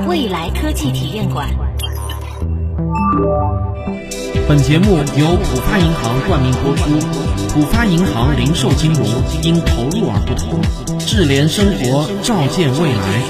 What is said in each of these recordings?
未来科技体验馆。 本节目由浦发银行冠名播出，浦发银行零售金融因投入而不同，智联生活，照见未来。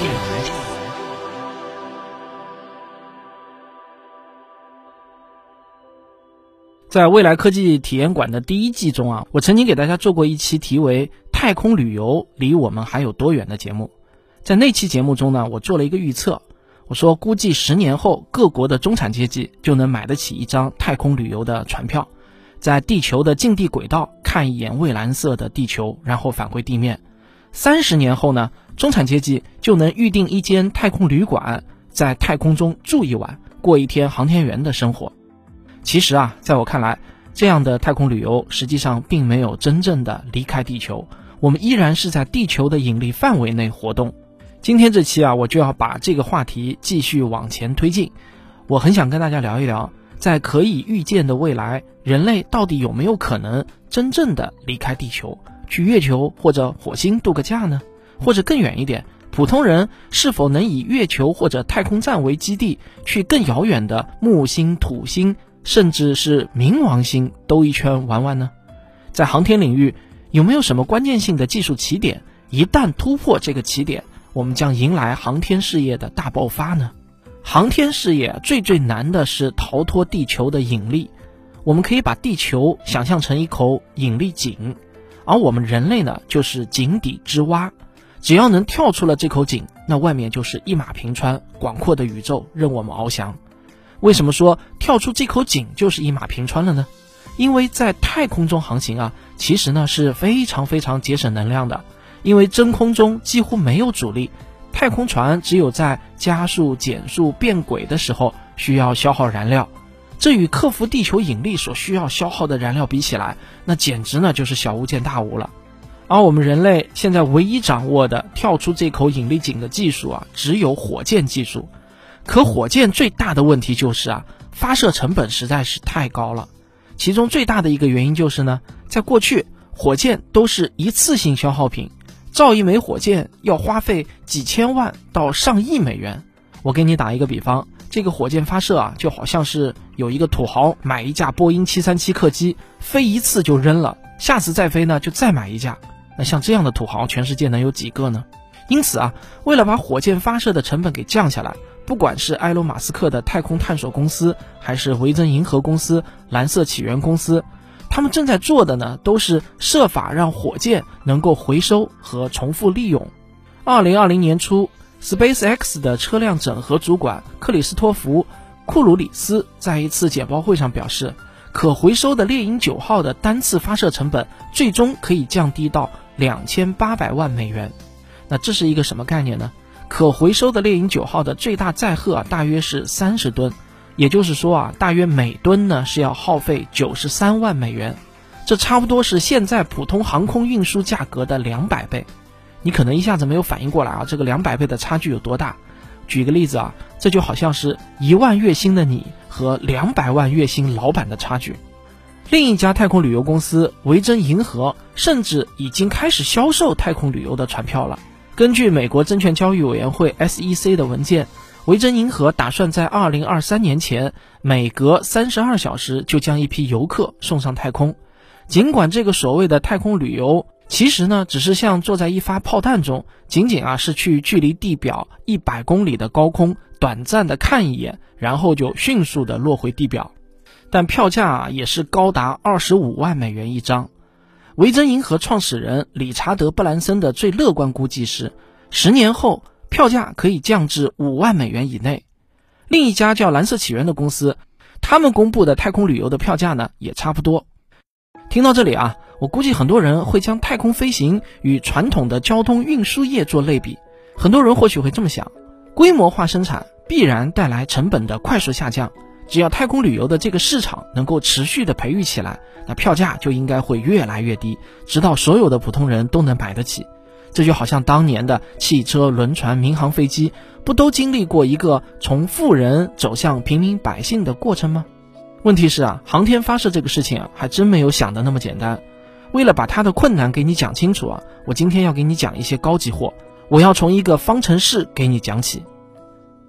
在未来科技体验馆的第1季中我曾经给大家做过一期题为太空旅游离我们还有多远的节目。在那期节目中呢，我做了一个预测，我说估计10年后各国的中产阶级就能买得起一张太空旅游的船票，在地球的近地轨道看一眼蔚蓝色的地球，然后返回地面。30年后呢，中产阶级就能预定一间太空旅馆，在太空中住一晚，过一天航天员的生活。其实在我看来，这样的太空旅游实际上并没有真正的离开地球，我们依然是在地球的引力范围内活动。今天这期我就要把这个话题继续往前推进。我很想跟大家聊一聊，在可以预见的未来，人类到底有没有可能真正的离开地球，去月球或者火星度个假呢？或者更远一点，普通人是否能以月球或者太空站为基地，去更遥远的木星、土星，甚至是冥王星兜一圈玩玩呢？在航天领域，有没有什么关键性的技术起点？一旦突破这个起点，我们将迎来航天事业的大爆发呢？航天事业最难的是逃脱地球的引力。我们可以把地球想象成一口引力井，而我们人类呢，就是井底之蛙。只要能跳出了这口井，那外面就是一马平川，广阔的宇宙任我们翱翔。为什么说跳出这口井就是一马平川了呢？因为在太空中航行其实呢是非常非常节省能量的。因为真空中几乎没有阻力，太空船只有在加速、减速、变轨的时候需要消耗燃料，这与克服地球引力所需要消耗的燃料比起来，那简直呢就是小巫见大巫了。而我们人类现在唯一掌握的跳出这口引力井的技术只有火箭技术。可火箭最大的问题就是发射成本实在是太高了。其中最大的一个原因就是呢，在过去火箭都是一次性消耗品，造一枚火箭要花费几千万到上亿美元。我给你打一个比方，这个火箭发射就好像是有一个土豪买一架波音737客机，飞一次就扔了，下次再飞呢就再买一架。那像这样的土豪全世界能有几个呢？因此为了把火箭发射的成本给降下来，不管是埃隆·马斯克的太空探索公司，还是维珍银河公司、蓝色起源公司，他们正在做的呢，都是设法让火箭能够回收和重复利用。2020年初 SpaceX 的车辆整合主管克里斯托弗·库鲁里斯在一次简报会上表示，可回收的猎鹰9号的单次发射成本最终可以降低到2800万美元。那这是一个什么概念呢？可回收的猎鹰9号的最大载荷大约是30吨，也就是说大约每吨呢是要耗费93万美元，这差不多是现在普通航空运输价格的200倍。你可能一下子没有反应过来这个200倍的差距有多大。举个例子这就好像是1万月薪的你和200万月薪老板的差距。另一家太空旅游公司维珍银河甚至已经开始销售太空旅游的船票了。根据美国证券交易委员会 SEC 的文件，维珍银河打算在2023年前每隔32小时就将一批游客送上太空。尽管这个所谓的太空旅游其实呢只是像坐在一发炮弹中，仅仅是去距离地表100公里的高空短暂的看一眼，然后就迅速的落回地表，但票价也是高达25万美元一张。维珍银河创始人理查德·布兰森的最乐观估计是10年后票价可以降至5万美元以内。另一家叫蓝色起源的公司，他们公布的太空旅游的票价呢也差不多。听到这里我估计很多人会将太空飞行与传统的交通运输业做类比。很多人或许会这么想，规模化生产必然带来成本的快速下降，只要太空旅游的这个市场能够持续的培育起来，那票价就应该会越来越低，直到所有的普通人都能买得起。这就好像当年的汽车、轮船、民航飞机，不都经历过一个从富人走向平民百姓的过程吗？问题是航天发射这个事情还真没有想的那么简单。为了把它的困难给你讲清楚我今天要给你讲一些高级货。我要从一个方程式给你讲起。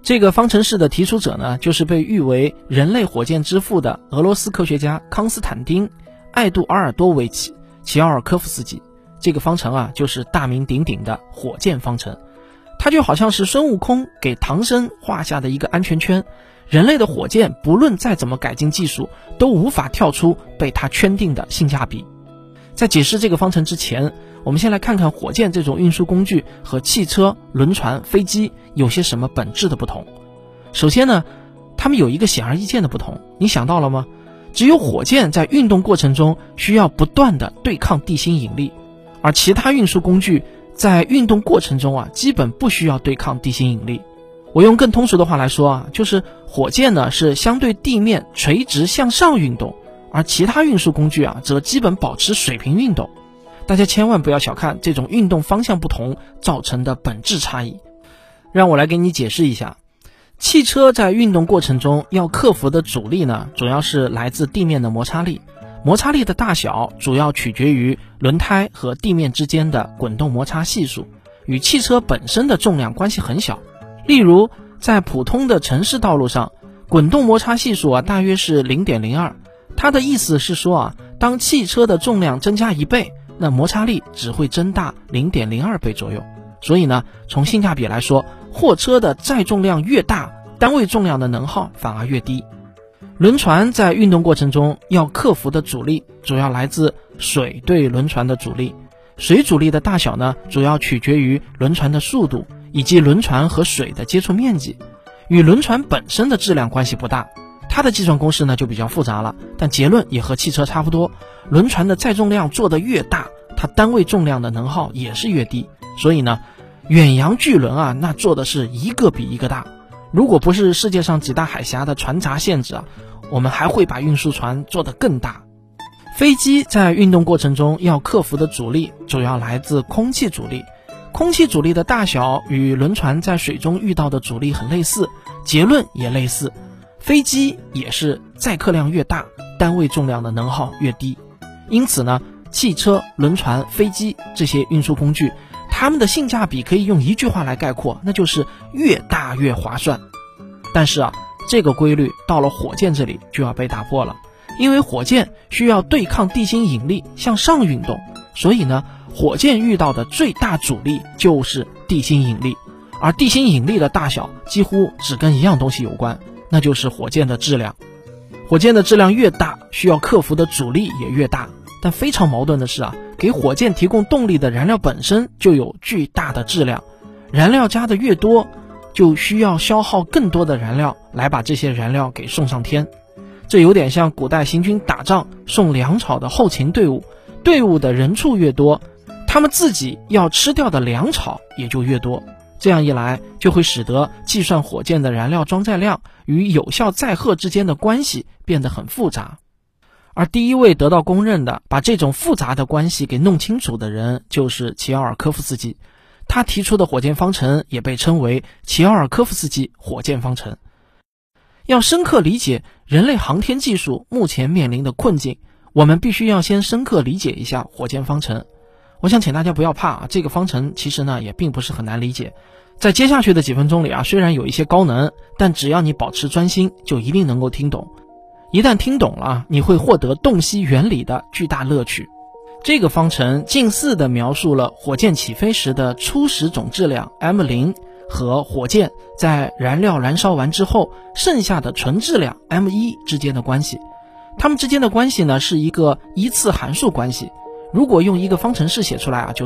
这个方程式的提出者呢，就是被誉为人类火箭之父的俄罗斯科学家康斯坦丁·艾杜阿尔多维奇·齐奥尔科夫斯基。这个方程啊，就是大名鼎鼎的火箭方程。它就好像是孙悟空给唐僧画下的一个安全圈，人类的火箭不论再怎么改进技术，都无法跳出被它圈定的性价比。在解释这个方程之前，我们先来看看火箭这种运输工具和汽车、轮船、飞机有些什么本质的不同。首先呢，它们有一个显而易见的不同，你想到了吗？只有火箭在运动过程中需要不断的对抗地心引力，而其他运输工具在运动过程中基本不需要对抗地心引力。我用更通俗的话来说就是火箭呢是相对地面垂直向上运动，而其他运输工具则基本保持水平运动。大家千万不要小看这种运动方向不同造成的本质差异。让我来给你解释一下，汽车在运动过程中要克服的阻力呢，主要是来自地面的摩擦力。摩擦力的大小主要取决于轮胎和地面之间的滚动摩擦系数，与汽车本身的重量关系很小。例如在普通的城市道路上，滚动摩擦系数大约是 0.02， 它的意思是说当汽车的重量增加1倍，那摩擦力只会增大 0.02 倍左右。所以呢，从性价比来说，货车的载重量越大，单位重量的能耗反而越低。轮船在运动过程中要克服的阻力主要来自水对轮船的阻力，水阻力的大小呢，主要取决于轮船的速度以及轮船和水的接触面积，与轮船本身的质量关系不大。它的计算公式呢就比较复杂了，但结论也和汽车差不多。轮船的载重量做得越大，它单位重量的能耗也是越低。所以呢，远洋巨轮那做的是一个比一个大。如果不是世界上几大海峡的船闸限制我们还会把运输船做得更大。飞机在运动过程中要克服的阻力主要来自空气阻力，空气阻力的大小与轮船在水中遇到的阻力很类似，结论也类似。飞机也是载客量越大，单位重量的能耗越低。因此呢，汽车、轮船、飞机这些运输工具，它们的性价比可以用一句话来概括，那就是越大越划算。但是这个规律到了火箭这里就要被打破了，因为火箭需要对抗地心引力向上运动，所以呢，火箭遇到的最大阻力就是地心引力，而地心引力的大小几乎只跟一样东西有关，那就是火箭的质量。火箭的质量越大，需要克服的阻力也越大。但非常矛盾的是给火箭提供动力的燃料本身就有巨大的质量，燃料加的越多，就需要消耗更多的燃料来把这些燃料给送上天。这有点像古代行军打仗送粮草的后勤队伍，队伍的人数越多，他们自己要吃掉的粮草也就越多。这样一来，就会使得计算火箭的燃料装载量与有效载荷之间的关系变得很复杂。而第一位得到公认的把这种复杂的关系给弄清楚的人，就是齐奥尔科夫斯基。他提出的火箭方程也被称为齐奥尔科夫斯基火箭方程。要深刻理解人类航天技术目前面临的困境，我们必须要先深刻理解一下火箭方程。我想请大家不要怕这个方程其实呢也并不是很难理解。在接下去的几分钟里虽然有一些高能，但只要你保持专心，就一定能够听懂。一旦听懂了，你会获得洞悉原理的巨大乐趣。这个方程近似地描述了火箭起飞时的初始总质量 M0 和火箭在燃料燃烧完之后剩下的纯质量 M1 之间的关系。它们之间的关系呢是一个一次函数关系。如果用一个方程式写出来就是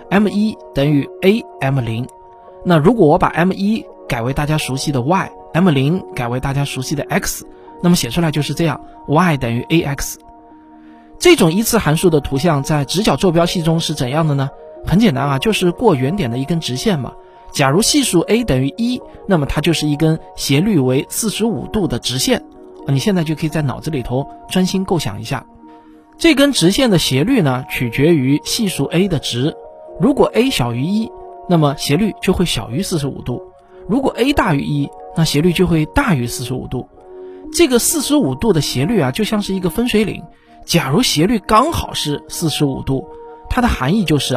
M1 等于 AM0。那如果我把 M1 改为大家熟悉的 Y，M0 改为大家熟悉的 X，那么写出来就是这样 y 等于 ax。 这种一次函数的图像在直角坐标系中是怎样的呢？很简单就是过原点的一根直线嘛。假如系数 a 等于1，那么它就是一根斜率为45度的直线。你现在就可以在脑子里头专心构想一下，这根直线的斜率呢取决于系数 a 的值。如果 a 小于1，那么斜率就会小于45度；如果 a 大于1，那斜率就会大于45度。这个45度的斜率就像是一个分水岭。假如斜率刚好是45度，它的含义就是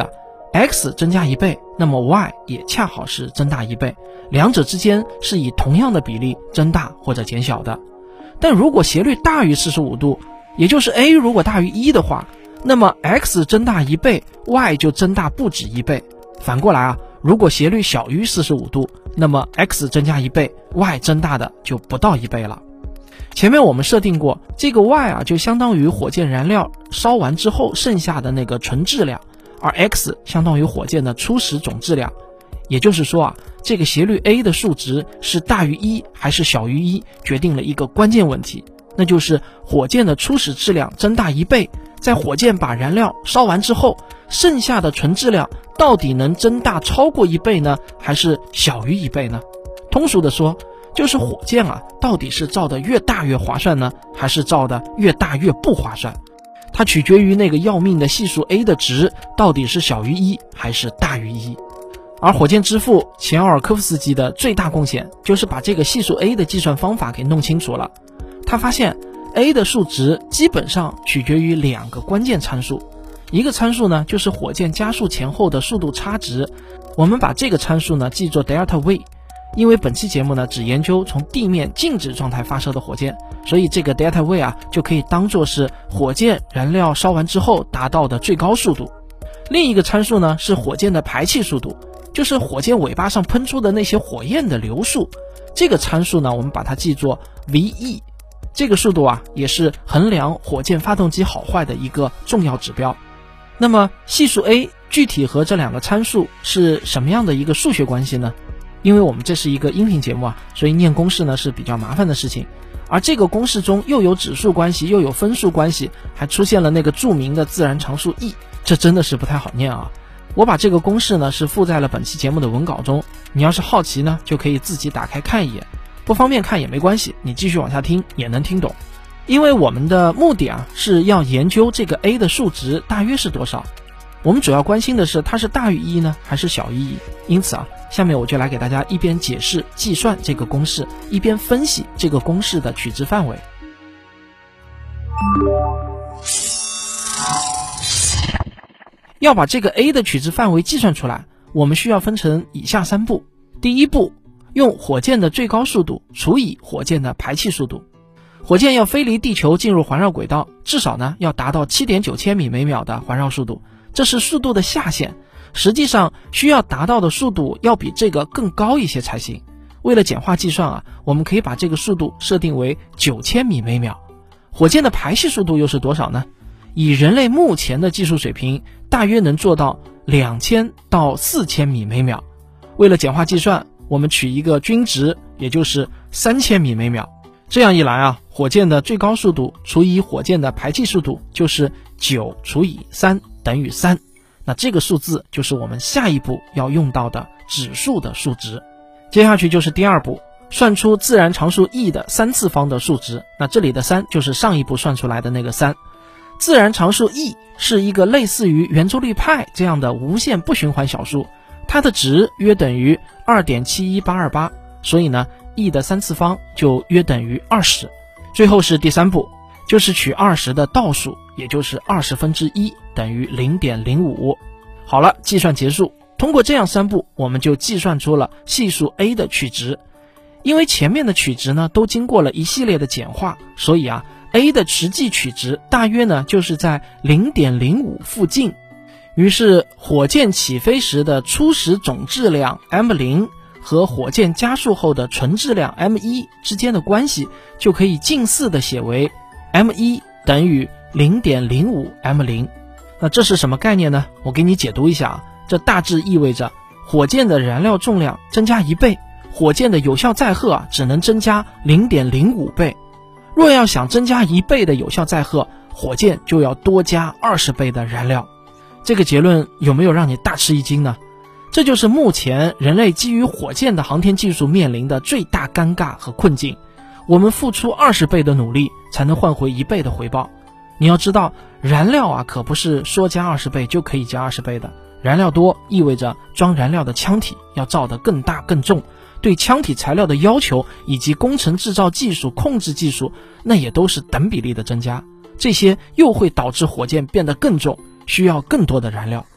x 增加1倍，那么 y 也恰好是增大1倍，两者之间是以同样的比例增大或者减小的。但如果斜率大于45度，也就是 a 如果大于1的话，那么 x 增大1倍 y 就增大不止1倍。反过来如果斜率小于45度，那么 x 增加1倍 y 增大的就不到1倍了。前面我们设定过，这个 y 就相当于火箭燃料烧完之后剩下的那个纯质量，而 x 相当于火箭的初始总质量。也就是说这个斜率 a 的数值是大于1还是小于1，决定了一个关键问题，那就是火箭的初始质量增大1倍，在火箭把燃料烧完之后，剩下的纯质量到底能增大超过1倍呢，还是小于1倍呢？通俗的说，就是火箭到底是造的越大越划算呢，还是造的越大越不划算？它取决于那个要命的系数 a 的值到底是小于1还是大于1。而火箭之父钱奥尔科夫斯基的最大贡献就是把这个系数 a 的计算方法给弄清楚了。他发现 a 的数值基本上取决于2个关键参数，一个参数呢就是火箭加速前后的速度差值，我们把这个参数呢记作 delta v。因为本期节目呢只研究从地面静止状态发射的火箭，所以这个 delta v 就可以当作是火箭燃料烧完之后达到的最高速度。另一个参数呢是火箭的排气速度，就是火箭尾巴上喷出的那些火焰的流速，这个参数呢我们把它记作 ve。 这个速度也是衡量火箭发动机好坏的一个重要指标。那么系数 a 具体和这2个参数是什么样的一个数学关系呢？因为我们这是一个音频节目所以念公式呢是比较麻烦的事情，而这个公式中又有指数关系又有分数关系，还出现了那个著名的自然常数 e， 这真的是不太好念我把这个公式呢是附在了本期节目的文稿中，你要是好奇呢就可以自己打开看一眼，不方便看也没关系，你继续往下听也能听懂。因为我们的目的是要研究这个 a 的数值大约是多少，我们主要关心的是它是大于1呢还是小于1。因此下面我就来给大家一边解释计算这个公式，一边分析这个公式的取值范围。要把这个 a 的取值范围计算出来，我们需要分成以下3步。第一步，用火箭的最高速度除以火箭的排气速度。火箭要飞离地球进入环绕轨道，至少呢要达到 7.9 千米每秒的环绕速度，这是速度的下限，实际上需要达到的速度要比这个更高一些才行。为了简化计算我们可以把这个速度设定为9000米每秒。火箭的排气速度又是多少呢？以人类目前的技术水平，大约能做到2000到4000米每秒。为了简化计算，我们取一个均值，也就是3000米每秒。这样一来火箭的最高速度除以火箭的排气速度就是9除以3等于3。那这个数字就是我们下一步要用到的指数的数值。接下去就是第2步，算出自然常数 e 的3次方的数值。那这里的3就是上一步算出来的那个3。自然常数 e 是一个类似于圆周率派这样的无限不循环小数，它的值约等于 2.71828， 所以呢 e 的3次方就约等于20。最后是第3步，就是取20的倒数，也就是1/20等于 0.05。 好了，计算结束。通过这样3步，我们就计算出了系数 a 的取值。因为前面的取值呢都经过了一系列的简化，所以a 的实际取值大约呢就是在 0.05 附近。于是火箭起飞时的初始总质量 m0 和火箭加速后的纯质量 m1 之间的关系就可以近似的写为 m1 等于 0.05 m0。 那这是什么概念呢？我给你解读一下这大致意味着火箭的燃料重量增加1倍，火箭的有效载荷只能增加 0.05 倍。若要想增加1倍的有效载荷，火箭就要多加20倍的燃料。这个结论有没有让你大吃一惊呢？这就是目前人类基于火箭的航天技术面临的最大尴尬和困境。我们付出20倍的努力才能换回1倍的回报。你要知道，燃料可不是说加20倍就可以加20倍的。燃料多意味着装燃料的腔体要造得更大更重，对腔体材料的要求以及工程制造技术、控制技术，那也都是等比例的增加。这些又会导致火箭变得更重，需要更多的燃料。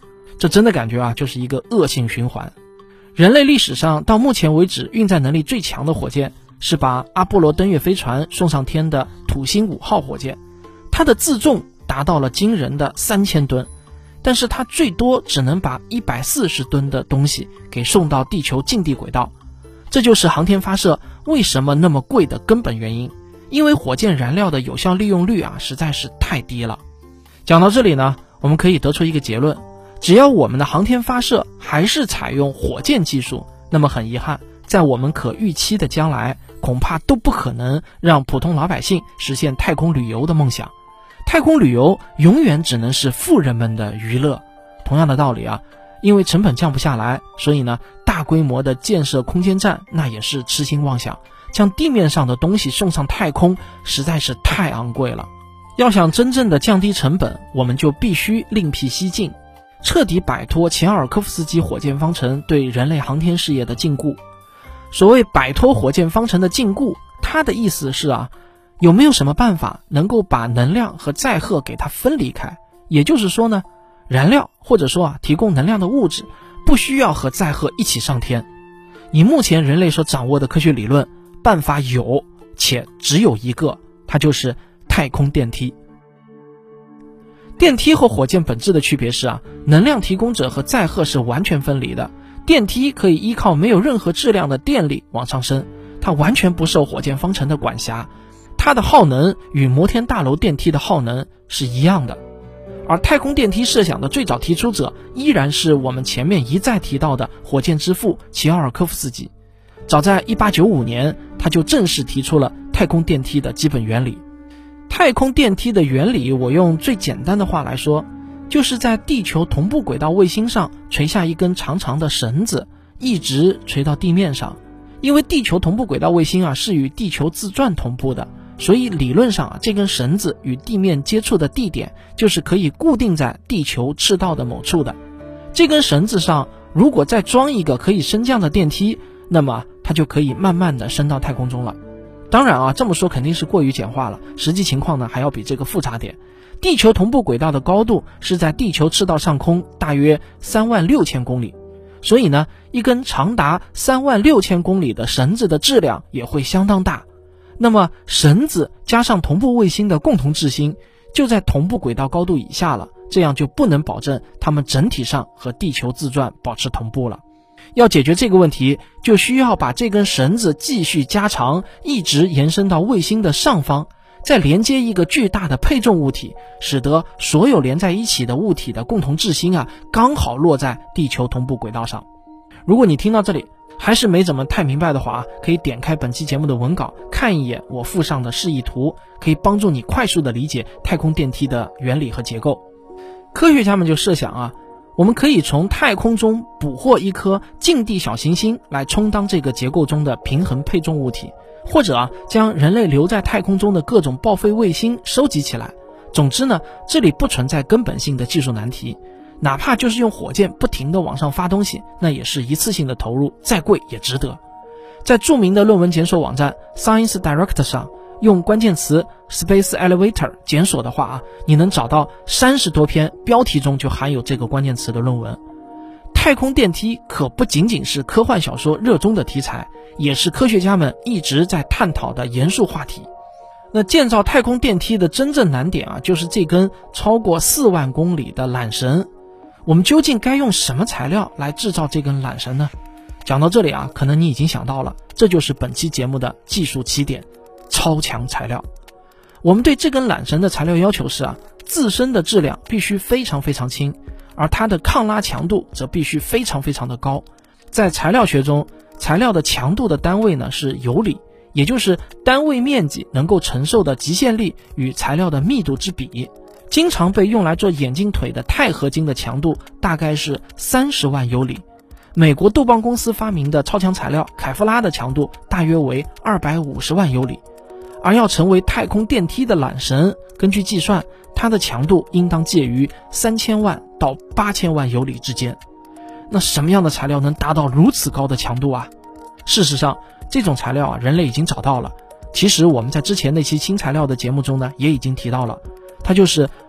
这真的感觉啊，就是一个恶性循环。人类历史上到目前为止运载能力最强的火箭是把阿波罗登月飞船送上天的土星5号火箭，它的自重达到了惊人的3000吨，但是它最多只能把140吨的东西给送到地球近地轨道。这就是航天发射为什么那么贵的根本原因，因为火箭燃料的有效利用率啊实在是太低了。讲到这里呢，我们可以得出一个结论，只要我们的航天发射还是采用火箭技术，那么很遗憾，在我们可预期的将来，恐怕都不可能让普通老百姓实现太空旅游的梦想。太空旅游永远只能是富人们的娱乐。同样的道理啊，因为成本降不下来，所以呢，大规模的建设空间站那也是痴心妄想。将地面上的东西送上太空实在是太昂贵了。要想真正的降低成本，我们就必须另辟蹊径，彻底摆脱钱尔科夫斯基火箭方程对人类航天事业的禁锢。所谓摆脱火箭方程的禁锢，它的意思是啊，有没有什么办法能够把能量和载荷给它分离开？也就是说呢，燃料或者说提供能量的物质不需要和载荷一起上天。以目前人类所掌握的科学理论，办法有，且只有一个，它就是太空电梯。电梯和火箭本质的区别是能量提供者和载荷是完全分离的。电梯可以依靠没有任何质量的电力往上升，它完全不受火箭方程的管辖，它的耗能与摩天大楼电梯的耗能是一样的。而太空电梯设想的最早提出者依然是我们前面一再提到的火箭之父齐奥尔科夫斯基。早在1895年，他就正式提出了太空电梯的基本原理。太空电梯的原理，我用最简单的话来说，就是在地球同步轨道卫星上垂下一根长长的绳子，一直垂到地面上。因为地球同步轨道卫星是与地球自转同步的，所以理论上这根绳子与地面接触的地点就是可以固定在地球赤道的某处的。这根绳子上如果再装一个可以升降的电梯，那么它就可以慢慢的升到太空中了。当然这么说肯定是过于简化了，实际情况呢还要比这个复杂点。地球同步轨道的高度是在地球赤道上空大约36000公里，所以呢，一根长达36000公里的绳子的质量也会相当大。那么绳子加上同步卫星的共同质心就在同步轨道高度以下了，这样就不能保证它们整体上和地球自转保持同步了。要解决这个问题，就需要把这根绳子继续加长，一直延伸到卫星的上方，再连接一个巨大的配重物体，使得所有连在一起的物体的共同质心刚好落在地球同步轨道上。如果你听到这里还是没怎么太明白的话，可以点开本期节目的文稿，看一眼我附上的示意图，可以帮助你快速的理解太空电梯的原理和结构。科学家们就设想我们可以从太空中捕获一颗近地小行星来充当这个结构中的平衡配重物体，或者将人类留在太空中的各种报废卫星收集起来。总之呢，这里不存在根本性的技术难题，哪怕就是用火箭不停地往上发东西，那也是一次性的投入，再贵也值得。在著名的论文检索网站 Science Direct 上，用关键词 Space Elevator 检索的话你能找到30多篇标题中就含有这个关键词的论文。太空电梯可不仅仅是科幻小说热衷的题材，也是科学家们一直在探讨的严肃话题。那建造太空电梯的真正难点就是这根超过4万公里的缆绳。我们究竟该用什么材料来制造这根缆绳呢？讲到这里可能你已经想到了，这就是本期节目的技术起点，超强材料。我们对这根缆绳的材料要求是自身的质量必须非常非常轻，而它的抗拉强度则必须非常非常的高。在材料学中，材料的强度的单位呢是游里，也就是单位面积能够承受的极限力与材料的密度之比。经常被用来做眼镜腿的钛合金的强度大概是30万游里。美国杜邦公司发明的超强材料凯夫拉的强度大约为250万游里。而要成为太空电梯的缆绳，根据计算，它的强度应当介于3000万到8000万游里之间。那什么样的材料能达到如此高的强度事实上，这种材料人类已经找到了。其实我们在之前那期新材料的节目中呢，也已经提到了，它就是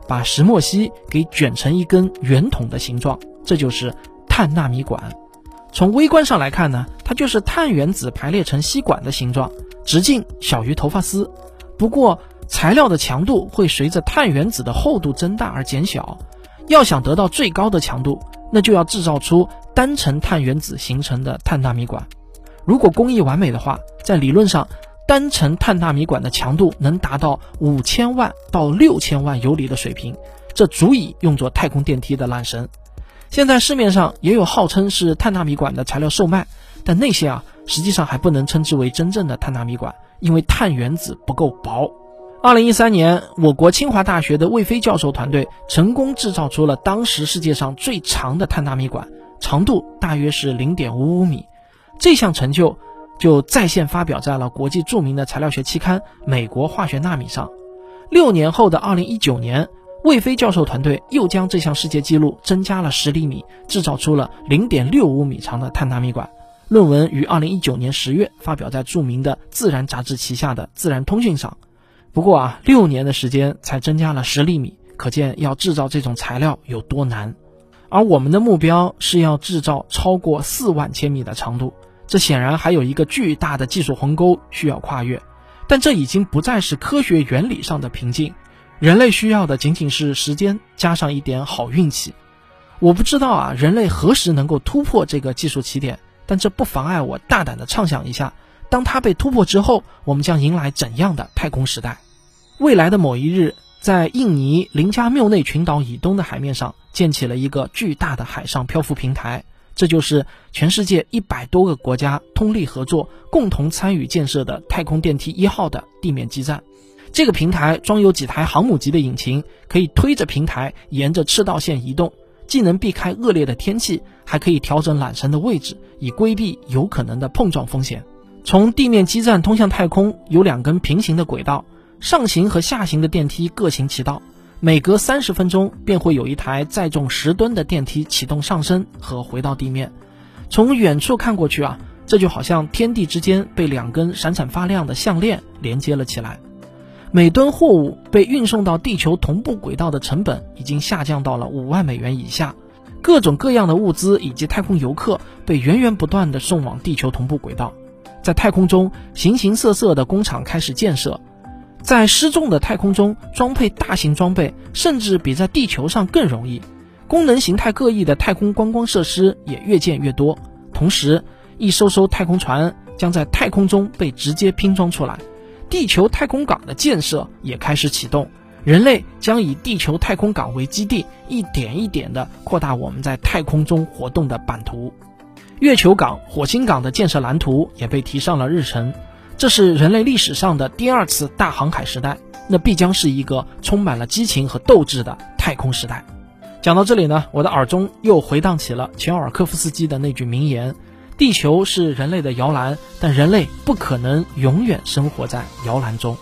把石墨烯给卷成一根圆筒的形状，这就是碳纳米管。从微观上来看呢，它就是碳原子排列成吸管的形状，直径小于头发丝。不过材料的强度会随着碳原子的厚度增大而减小，要想得到最高的强度，那就要制造出单层碳原子形成的碳纳米管。如果工艺完美的话，在理论上单层碳纳米管的强度能达到5000万到6000万游离的水平，这足以用作太空电梯的缆绳。现在市面上也有号称是碳纳米管的材料售卖，但那些实际上还不能称之为真正的碳纳米管，因为碳原子不够薄。2013年，我国清华大学的魏飞教授团队成功制造出了当时世界上最长的碳纳米管，长度大约是 0.55 米。这项成就在线发表在了国际著名的材料学期刊《美国化学纳米》上。6年后的2019年，魏飞教授团队又将这项世界纪录增加了10厘米，制造出了 0.65 米长的碳纳米管。论文于2019年10月发表在著名的《自然》杂志旗下的《自然通讯》上。不过6年的时间才增加了10厘米，可见要制造这种材料有多难。而我们的目标是要制造超过4万千米的长度，这显然还有一个巨大的技术鸿沟需要跨越，但这已经不再是科学原理上的瓶颈，人类需要的仅仅是时间加上一点好运气。我不知道人类何时能够突破这个技术起点，但这不妨碍我大胆地畅想一下，当它被突破之后，我们将迎来怎样的太空时代。未来的某一日，在印尼林加缪内群岛以东的海面上建起了一个巨大的海上漂浮平台，这就是全世界100多个国家通力合作共同参与建设的太空电梯1号的地面基站。这个平台装有几台航母级的引擎，可以推着平台沿着赤道线移动，既能避开恶劣的天气，还可以调整缆绳的位置，以规避有可能的碰撞风险。从地面基站通向太空有2根平行的轨道，上行和下行的电梯各行其道，每隔30分钟便会有一台载重10吨的电梯启动上升和回到地面。从远处看过去这就好像天地之间被2根闪闪发亮的项链连接了起来。每吨货物被运送到地球同步轨道的成本已经下降到了5万美元以下，各种各样的物资以及太空游客被源源不断地送往地球同步轨道。在太空中，形形色色的工厂开始建设，在失重的太空中装配大型装备甚至比在地球上更容易，功能形态各异的太空观光设施也越建越多。同时，一艘艘太空船将在太空中被直接拼装出来，地球太空港的建设也开始启动，人类将以地球太空港为基地，一点一点地扩大我们在太空中活动的版图。月球港、火星港的建设蓝图也被提上了日程，这是人类历史上的第2次大航海时代，那必将是一个充满了激情和斗志的太空时代。讲到这里呢，我的耳中又回荡起了乔尔科夫斯基的那句名言：地球是人类的摇篮，但人类不可能永远生活在摇篮中。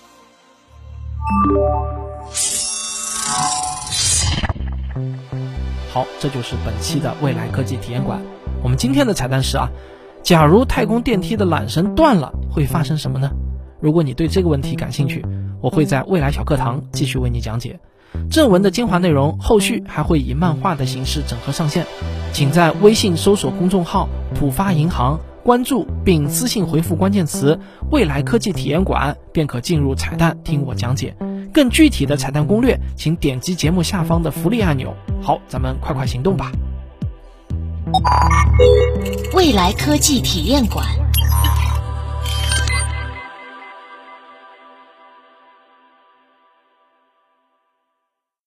好，这就是本期的未来科技体验馆。我们今天的彩蛋是假如太空电梯的缆绳断了，会发生什么呢？如果你对这个问题感兴趣，我会在未来小课堂继续为你讲解。正文的精华内容后续还会以漫画的形式整合上线，请在微信搜索公众号浦发银行，关注并私信回复关键词未来科技体验馆，便可进入彩蛋听我讲解。更具体的彩蛋攻略，请点击节目下方的福利按钮。好，咱们快快行动吧。 未来科技体验馆。